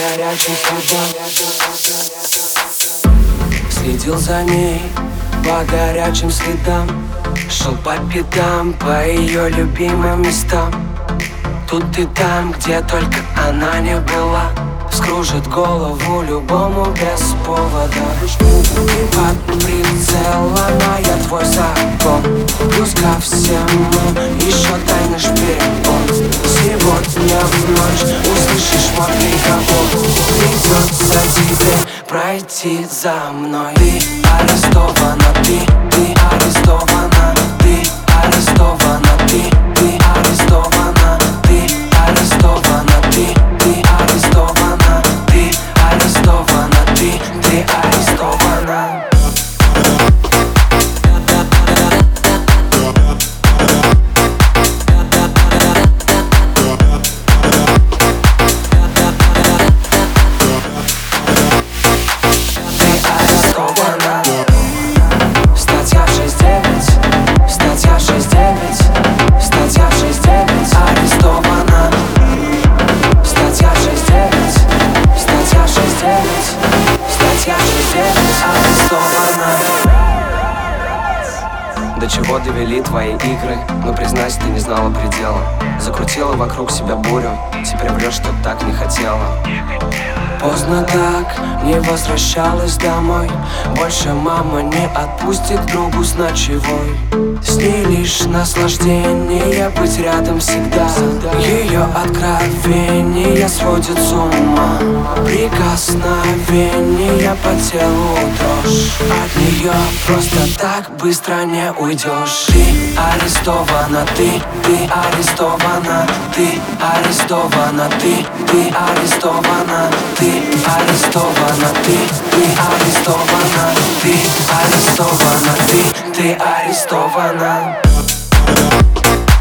горячим следам. Следил за ней по горячим следам, шел по пятам, по ее любимым местам. Тут и там, где только она не была, вскружит голову любому без повода. Ты под прицелом, я твой закон, плюс ко всему еще тайный шпион. Сегодня в ночь услышишь мой приговор, придется тебе пройти за мной. Ты арестована, ты арестована, ты арестована, ты арестована, ты арестована, ты арестована, ты арестована, ты арестована. Статья 6.9, статья 6.9, статья 6.9, арестована. Статья 6.9, статья 6.9, статья 6.9, арестована. До чего довели твои игры? Но признайся, ты не знала предела. Закрутила вокруг себя бурю, теперь врешь, что так не хотела. Поздно так, не возвращалась домой. Больше мама не отпустит к другу с ночевой. С ней лишь наслаждение быть рядом всегда. Ее откровения сводят с ума. Прикосновения по телу дрожь. От нее просто так быстро не уйдешь. Ты арестована, ты арестована, ты арестована, ты арестована, ты арестована, ты арестована, ты арестована, ты арестована.